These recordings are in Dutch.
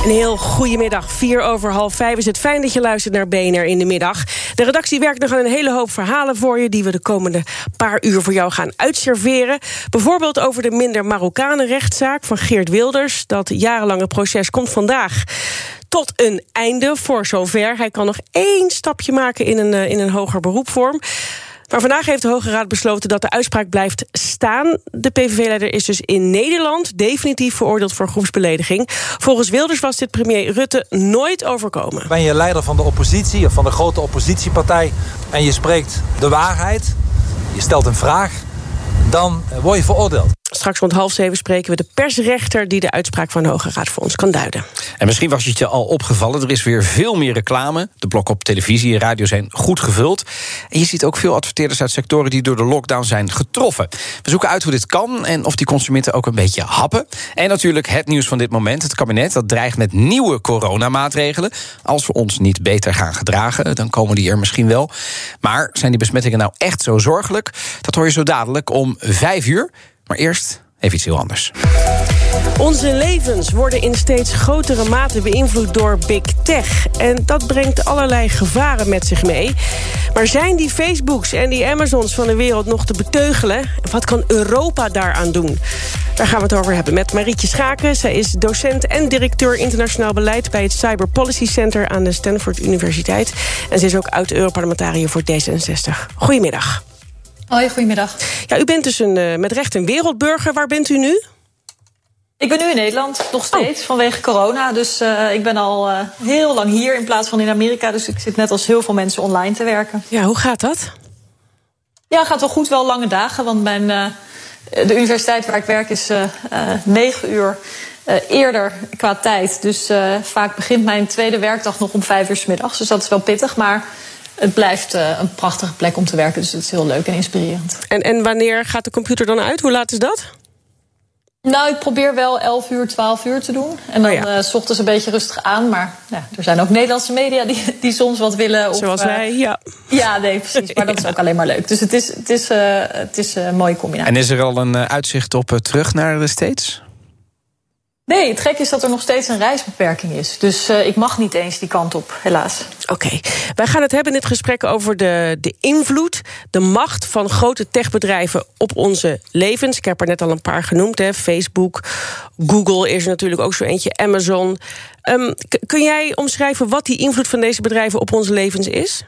Een heel goedemiddag, 4:04 is het. Fijn dat je luistert naar BNR in de middag. De redactie werkt nog aan een hele hoop verhalen voor je, die we de komende paar uur voor jou gaan uitserveren. Bijvoorbeeld over de minder Marokkanen-rechtszaak van Geert Wilders. Dat jarenlange proces komt vandaag tot een einde, voor zover. Hij kan nog 1 stapje maken in een hoger beroepvorm. Maar vandaag heeft de Hoge Raad besloten dat de uitspraak blijft staan. De PVV-leider is dus in Nederland definitief veroordeeld voor groepsbelediging. Volgens Wilders was dit premier Rutte nooit overkomen. Ben je leider van de oppositie of van de grote oppositiepartij en je spreekt de waarheid, je stelt een vraag, dan word je veroordeeld. Straks rond 6:30 spreken we de persrechter die de uitspraak van de Hoge Raad voor ons kan duiden. En misschien was het je al opgevallen, er is weer veel meer reclame. De blokken op televisie en radio zijn goed gevuld. En je ziet ook veel adverteerders uit sectoren die door de lockdown zijn getroffen. We zoeken uit hoe dit kan en of die consumenten ook een beetje happen. En natuurlijk het nieuws van dit moment. Het kabinet dat dreigt met nieuwe coronamaatregelen. Als we ons niet beter gaan gedragen, dan komen die er misschien wel. Maar zijn die besmettingen nou echt zo zorgelijk? Dat hoor je zo dadelijk om 5:00. Maar eerst even iets heel anders. Onze levens worden in steeds grotere mate beïnvloed door Big Tech. En dat brengt allerlei gevaren met zich mee. Maar zijn die Facebooks en die Amazons van de wereld nog te beteugelen? En wat kan Europa daaraan doen? Daar gaan we het over hebben met Marietje Schaken. Zij is docent en directeur internationaal beleid bij het Cyber Policy Center aan de Stanford Universiteit. En ze is ook oud-Europarlementariër voor D66. Goedemiddag. Hoi, goedemiddag. Ja, u bent dus met recht een wereldburger. Waar bent u nu? Ik ben nu in Nederland, nog steeds, vanwege corona. Dus ik ben al heel lang hier in plaats van in Amerika. Dus ik zit net als heel veel mensen online te werken. Ja, hoe gaat dat? Ja, gaat wel goed, wel lange dagen. Want de universiteit waar ik werk is 9 uur eerder qua tijd. Dus vaak begint mijn tweede werkdag nog om 5:00 's middags. Dus dat is wel pittig, maar het blijft een prachtige plek om te werken. Dus het is heel leuk en inspirerend. En wanneer gaat de computer dan uit? Hoe laat is dat? Nou, ik probeer wel 11:00, 12:00 te doen. En dan 's ochtends een beetje rustig aan. Maar ja, er zijn ook Nederlandse media die soms wat willen. Zoals wij, ja. Ja, nee, precies. Maar dat is ook alleen maar leuk. Dus het is een mooie combinatie. En is er al een uitzicht op terug naar de States? Nee, het gekke is dat er nog steeds een reisbeperking is. Dus ik mag niet eens die kant op, helaas. Oké. Wij gaan het hebben in dit gesprek over de invloed, de macht van grote techbedrijven op onze levens. Ik heb er net al een paar genoemd, hè. Facebook, Google is er natuurlijk ook zo eentje, Amazon. Kun jij omschrijven wat die invloed van deze bedrijven op onze levens is?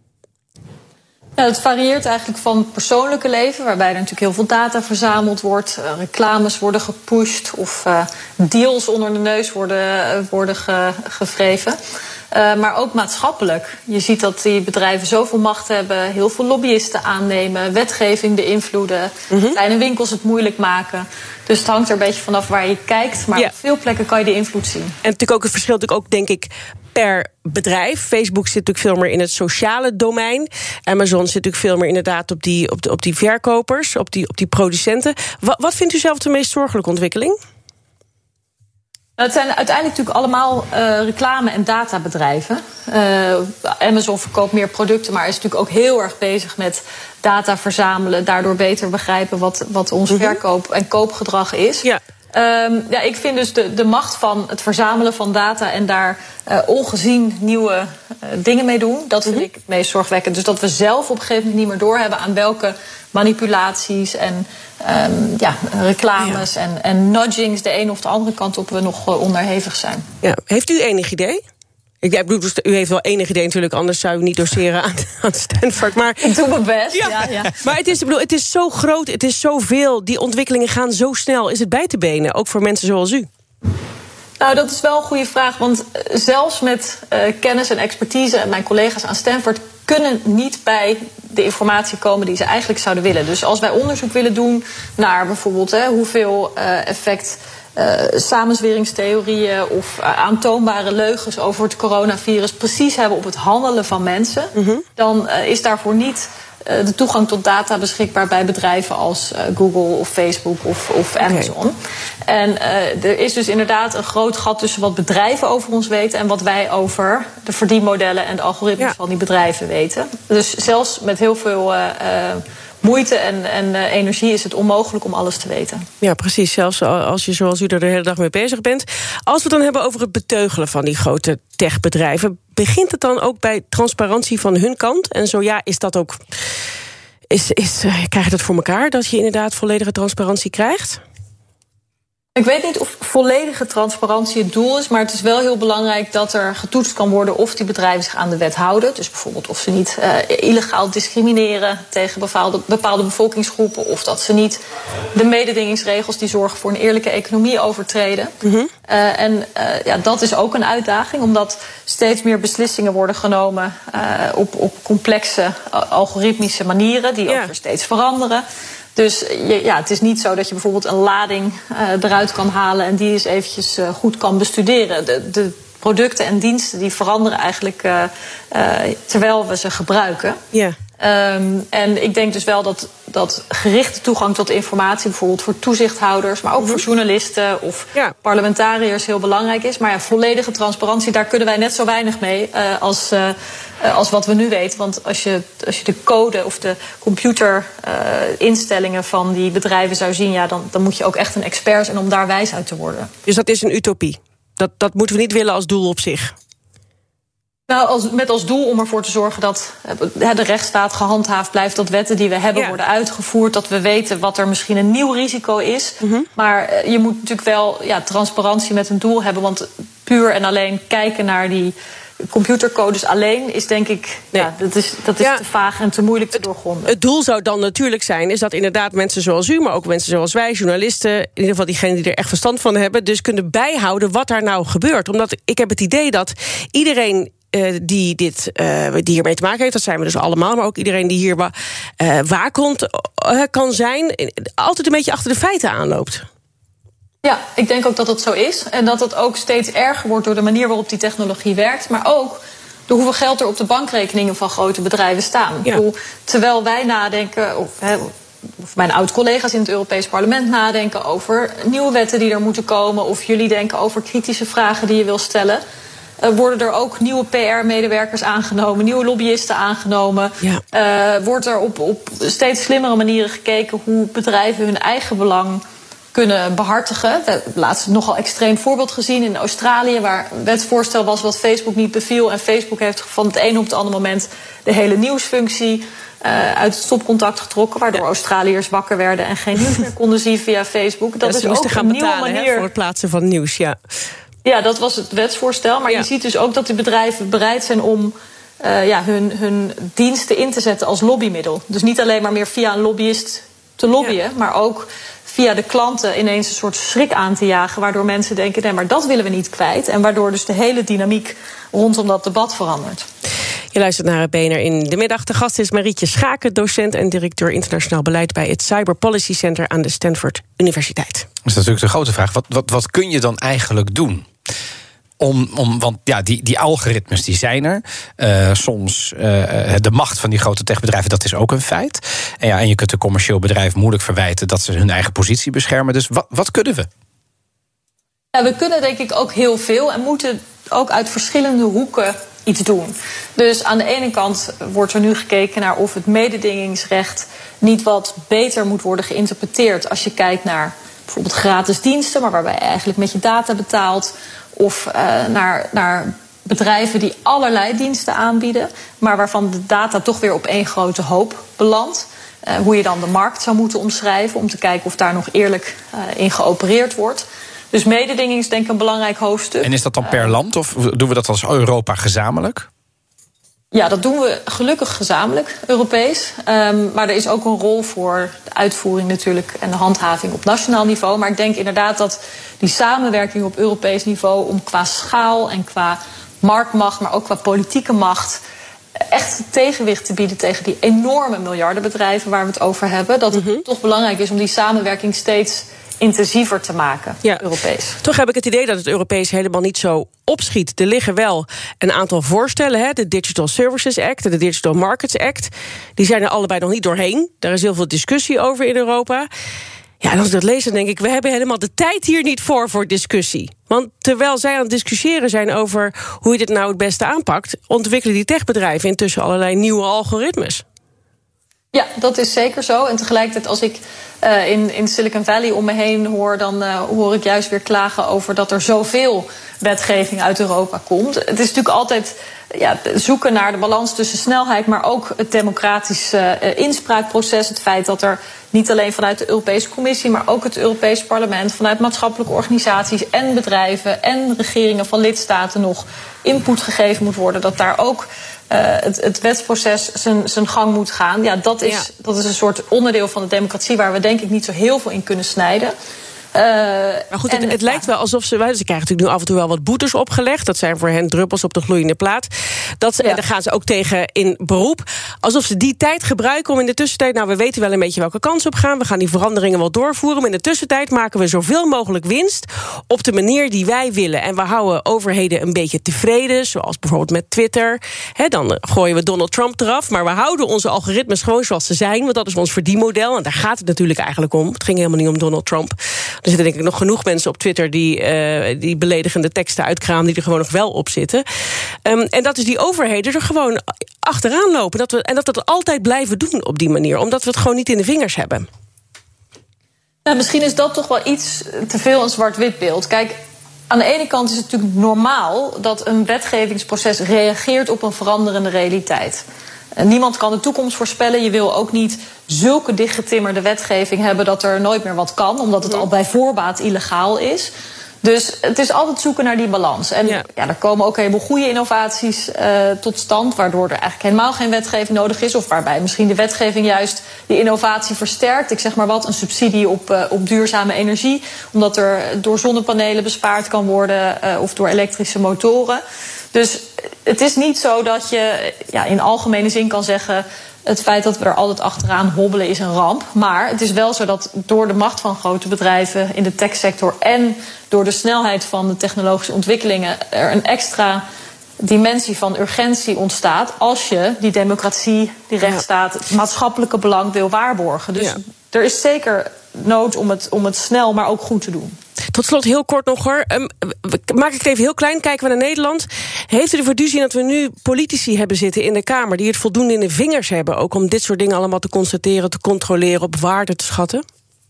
Ja, het varieert eigenlijk van het persoonlijke leven, waarbij er natuurlijk heel veel data verzameld wordt, reclames worden gepusht of deals onder de neus worden gewreven. Maar ook maatschappelijk. Je ziet dat die bedrijven zoveel macht hebben, heel veel lobbyisten aannemen, wetgeving beïnvloeden, kleine winkels het moeilijk maken. Dus het hangt er een beetje vanaf waar je kijkt, maar op veel plekken kan je die invloed zien. En natuurlijk ook het verschil, denk ik, per bedrijf. Facebook zit natuurlijk veel meer in het sociale domein. Amazon zit natuurlijk veel meer inderdaad op die verkopers, op die producenten. Wat vindt u zelf de meest zorgelijke ontwikkeling? Het zijn uiteindelijk natuurlijk allemaal reclame- en databedrijven. Amazon verkoopt meer producten, maar is natuurlijk ook heel erg bezig met data verzamelen, daardoor beter begrijpen wat ons verkoop- en koopgedrag is. Ja. Ik vind dus de macht van het verzamelen van data en daar ongezien nieuwe dingen mee doen, dat vind ik het meest zorgwekkend. Dus dat we zelf op een gegeven moment niet meer doorhebben aan welke manipulaties en reclames en nudgings de een of de andere kant op we nog onderhevig zijn. Ja. Heeft u enig idee? Ik bedoel, u heeft wel enig idee natuurlijk, anders zou u niet doseren aan Stanford. Maar ik doe mijn best, ja. Maar het is zo groot, het is zoveel, die ontwikkelingen gaan zo snel. Is het bij te benen, ook voor mensen zoals u? Nou, dat is wel een goede vraag, want zelfs met kennis en expertise en mijn collega's aan Stanford kunnen niet bij de informatie komen die ze eigenlijk zouden willen. Dus als wij onderzoek willen doen naar bijvoorbeeld hoeveel effect samenzweringstheorieën of aantoonbare leugens over het coronavirus precies hebben op het handelen van mensen, dan is daarvoor niet de toegang tot data beschikbaar bij bedrijven als Google of Facebook of Amazon. Okay. En er is dus inderdaad een groot gat tussen wat bedrijven over ons weten en wat wij over de verdienmodellen en de algoritmes van die bedrijven weten. Dus zelfs met heel veel moeite en energie is het onmogelijk om alles te weten. Ja, precies. Zelfs als je zoals u er de hele dag mee bezig bent. Als we het dan hebben over het beteugelen van die grote techbedrijven, begint het dan ook bij transparantie van hun kant? En zo ja, is dat ook... krijg je dat voor elkaar, dat je inderdaad volledige transparantie krijgt? Ik weet niet of volledige transparantie het doel is, maar het is wel heel belangrijk dat er getoetst kan worden of die bedrijven zich aan de wet houden. Dus bijvoorbeeld of ze niet illegaal discrimineren tegen bepaalde bevolkingsgroepen, of dat ze niet de mededingingsregels die zorgen voor een eerlijke economie overtreden. Mm-hmm. Dat is ook een uitdaging, omdat steeds meer beslissingen worden genomen op complexe algoritmische manieren die ook weer steeds veranderen. Dus het is niet zo dat je bijvoorbeeld een lading eruit kan halen en die eens eventjes goed kan bestuderen. De producten en diensten die veranderen eigenlijk terwijl we ze gebruiken. Yeah. En ik denk dus wel dat gerichte toegang tot informatie, bijvoorbeeld voor toezichthouders, maar ook voor journalisten of parlementariërs heel belangrijk is. Maar volledige transparantie, daar kunnen wij net zo weinig mee als wat we nu weten. Want als je de code of de computerinstellingen van die bedrijven zou zien, dan moet je ook echt een expert zijn om daar wijs uit te worden. Dus dat is een utopie? Dat moeten we niet willen als doel op zich? Nou, met als doel om ervoor te zorgen dat de rechtsstaat gehandhaafd blijft, dat wetten die we hebben worden uitgevoerd, dat we weten wat er misschien een nieuw risico is. Mm-hmm. Maar je moet natuurlijk wel transparantie met een doel hebben, want puur en alleen kijken naar die computercodes alleen is denk ik, dat is te vaag en te moeilijk te doorgronden. Het doel zou dan natuurlijk zijn, is dat inderdaad mensen zoals u, maar ook mensen zoals wij, journalisten, in ieder geval diegenen die er echt verstand van hebben, dus kunnen bijhouden wat daar nou gebeurt. Omdat ik heb het idee dat iedereen die hiermee te maken heeft, dat zijn we dus allemaal, maar ook iedereen die hier waakhond kan zijn, altijd een beetje achter de feiten aanloopt. Ja, ik denk ook dat het zo is. En dat het ook steeds erger wordt door de manier waarop die technologie werkt, maar ook door hoeveel geld er op de bankrekeningen van grote bedrijven staan. Ja. Ik bedoel, terwijl wij nadenken, of mijn oud-collega's in het Europees Parlement nadenken over nieuwe wetten die er moeten komen, of jullie denken over kritische vragen die je wil stellen, worden er ook nieuwe PR-medewerkers aangenomen, nieuwe lobbyisten aangenomen. Ja. Wordt er op steeds slimmere manieren gekeken hoe bedrijven hun eigen belang kunnen behartigen. We hebben laatst een nogal extreem voorbeeld gezien in Australië, waar een wetsvoorstel was wat Facebook niet beviel. En Facebook heeft van het ene op het andere moment de hele nieuwsfunctie uit het stopcontact getrokken, waardoor Australiërs wakker werden en geen nieuws meer konden zien via Facebook. Dat is ook een nieuwe manier voor het plaatsen van nieuws. Ja. Ja, dat was het wetsvoorstel. Maar je ziet dus ook dat de bedrijven bereid zijn om hun diensten in te zetten als lobbymiddel. Dus niet alleen maar meer via een lobbyist te lobbyen, maar ook via de klanten ineens een soort schrik aan te jagen, waardoor mensen denken, nee, maar dat willen we niet kwijt. En waardoor dus de hele dynamiek rondom dat debat verandert. Je luistert naar het BNR in de middag. De gast is Marietje Schaken, docent en directeur internationaal beleid bij het Cyber Policy Center aan de Stanford Universiteit. Dat is natuurlijk de grote vraag. Wat kun je dan eigenlijk doen? Want die algoritmes die zijn er. Soms de macht van die grote techbedrijven, dat is ook een feit. En je kunt een commercieel bedrijf moeilijk verwijten dat ze hun eigen positie beschermen. Dus wat kunnen we? Ja, we kunnen denk ik ook heel veel en moeten ook uit verschillende hoeken iets doen. Dus aan de ene kant wordt er nu gekeken naar of het mededingingsrecht niet wat beter moet worden geïnterpreteerd als je kijkt naar bijvoorbeeld gratis diensten, maar waarbij je eigenlijk met je data betaalt, of naar bedrijven die allerlei diensten aanbieden, maar waarvan de data toch weer op één grote hoop belandt. Hoe je dan de markt zou moeten omschrijven om te kijken of daar nog eerlijk in geopereerd wordt. Dus mededinging is denk ik een belangrijk hoofdstuk. En is dat dan per land of doen we dat als Europa gezamenlijk? Ja, dat doen we gelukkig gezamenlijk, Europees. Maar er is ook een rol voor de uitvoering natuurlijk en de handhaving op nationaal niveau. Maar ik denk inderdaad dat die samenwerking op Europees niveau om qua schaal en qua marktmacht, maar ook qua politieke macht, echt tegenwicht te bieden tegen die enorme miljardenbedrijven waar we het over hebben. Dat het toch belangrijk is om die samenwerking steeds intensiever te maken, Europees. Toch heb ik het idee dat het Europees helemaal niet zo opschiet. Er liggen wel een aantal voorstellen, de Digital Services Act en de Digital Markets Act. Die zijn er allebei nog niet doorheen. Daar is heel veel discussie over in Europa. Ja, en als ik dat lees, dan denk ik, we hebben helemaal de tijd hier niet voor discussie. Want terwijl zij aan het discussiëren zijn over hoe je dit nou het beste aanpakt, ontwikkelen die techbedrijven intussen allerlei nieuwe algoritmes. Ja, dat is zeker zo. En tegelijkertijd als ik in Silicon Valley om me heen hoor, dan hoor ik juist weer klagen over dat er zoveel wetgeving uit Europa komt. Het is natuurlijk altijd zoeken naar de balans tussen snelheid, maar ook het democratisch inspraakproces. Het feit dat er niet alleen vanuit de Europese Commissie, maar ook het Europees Parlement, vanuit maatschappelijke organisaties en bedrijven en regeringen van lidstaten nog input gegeven moet worden. Dat daar ook het wetsproces zijn gang moet gaan. Ja, dat is een soort onderdeel van de democratie waar we denk ik niet zo heel veel in kunnen snijden. Maar goed, het lijkt wel alsof ze krijgen natuurlijk nu af en toe wel wat boetes opgelegd. Dat zijn voor hen druppels op de gloeiende plaat. En daar gaan ze ook tegen in beroep. Alsof ze die tijd gebruiken om in de tussentijd, we weten wel een beetje welke kans op gaan. We gaan die veranderingen wel doorvoeren. Maar in de tussentijd maken we zoveel mogelijk winst op de manier die wij willen. En we houden overheden een beetje tevreden. Zoals bijvoorbeeld met Twitter. Dan gooien we Donald Trump eraf. Maar we houden onze algoritmes gewoon zoals ze zijn. Want dat is ons verdienmodel. En daar gaat het natuurlijk eigenlijk om. Het ging helemaal niet om Donald Trump. Er zitten denk ik nog genoeg mensen op Twitter die beledigende teksten uitkramen, die er gewoon nog wel op zitten. En dat is die overheden er gewoon achteraan lopen. En dat we het altijd blijven doen op die manier. Omdat we het gewoon niet in de vingers hebben. Nou, misschien is dat toch wel iets te veel een zwart-wit beeld. Kijk, aan de ene kant is het natuurlijk normaal dat een wetgevingsproces reageert op een veranderende realiteit. Niemand kan de toekomst voorspellen. Je wil ook niet zulke dichtgetimmerde wetgeving hebben dat er nooit meer wat kan, omdat het al bij voorbaat illegaal is. Dus het is altijd zoeken naar die balans. En er komen ook een heleboel goede innovaties tot stand, waardoor er eigenlijk helemaal geen wetgeving nodig is, of waarbij misschien de wetgeving juist die innovatie versterkt. Ik zeg maar wat, een subsidie op duurzame energie, omdat er door zonnepanelen bespaard kan worden of door elektrische motoren. Dus het is niet zo dat je in algemene zin kan zeggen, het feit dat we er altijd achteraan hobbelen is een ramp. Maar het is wel zo dat door de macht van grote bedrijven in de techsector en door de snelheid van de technologische ontwikkelingen er een extra dimensie van urgentie ontstaat als je die democratie, die rechtsstaat, het maatschappelijke belang wil waarborgen. Dus er is zeker nood om het snel, maar ook goed te doen. Tot slot heel kort nog hoor. Maak ik het even heel klein. Kijken we naar Nederland. Heeft u de verduzie dat we nu politici hebben zitten in de Kamer die het voldoende in de vingers hebben, ook om dit soort dingen allemaal te constateren, te controleren, op waarde te schatten?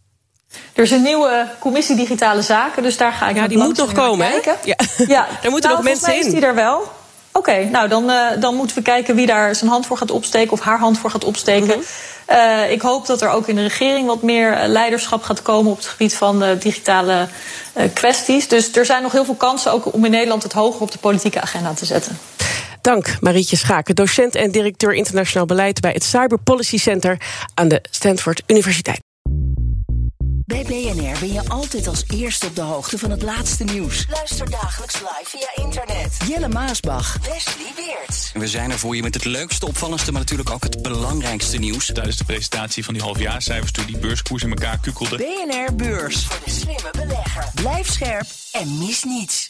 Er is een nieuwe commissie Digitale Zaken, dus daar ga ik die moet nog komen, kijken. Hè? Ja. Daar moeten nog mensen in. Is die er wel? Oké, dan moeten we kijken wie daar zijn hand voor gaat opsteken of haar hand voor gaat opsteken. Ik hoop dat er ook in de regering wat meer leiderschap gaat komen op het gebied van digitale kwesties. Dus er zijn nog heel veel kansen ook om in Nederland het hoger op de politieke agenda te zetten. Dank, Marietje Schaken, docent en directeur internationaal beleid bij het Cyber Policy Center aan de Stanford Universiteit. Bij BNR ben je altijd als eerste op de hoogte van het laatste nieuws. Luister dagelijks live via internet. Jelle Maasbach, Wesley Weerts. We zijn er voor je met het leukste, opvallendste, maar natuurlijk ook het belangrijkste nieuws. Tijdens de presentatie van die halfjaarcijfers toen die beurskoers in elkaar kukkelde. BNR Beurs. Voor de slimme belegger. Blijf scherp en mis niets.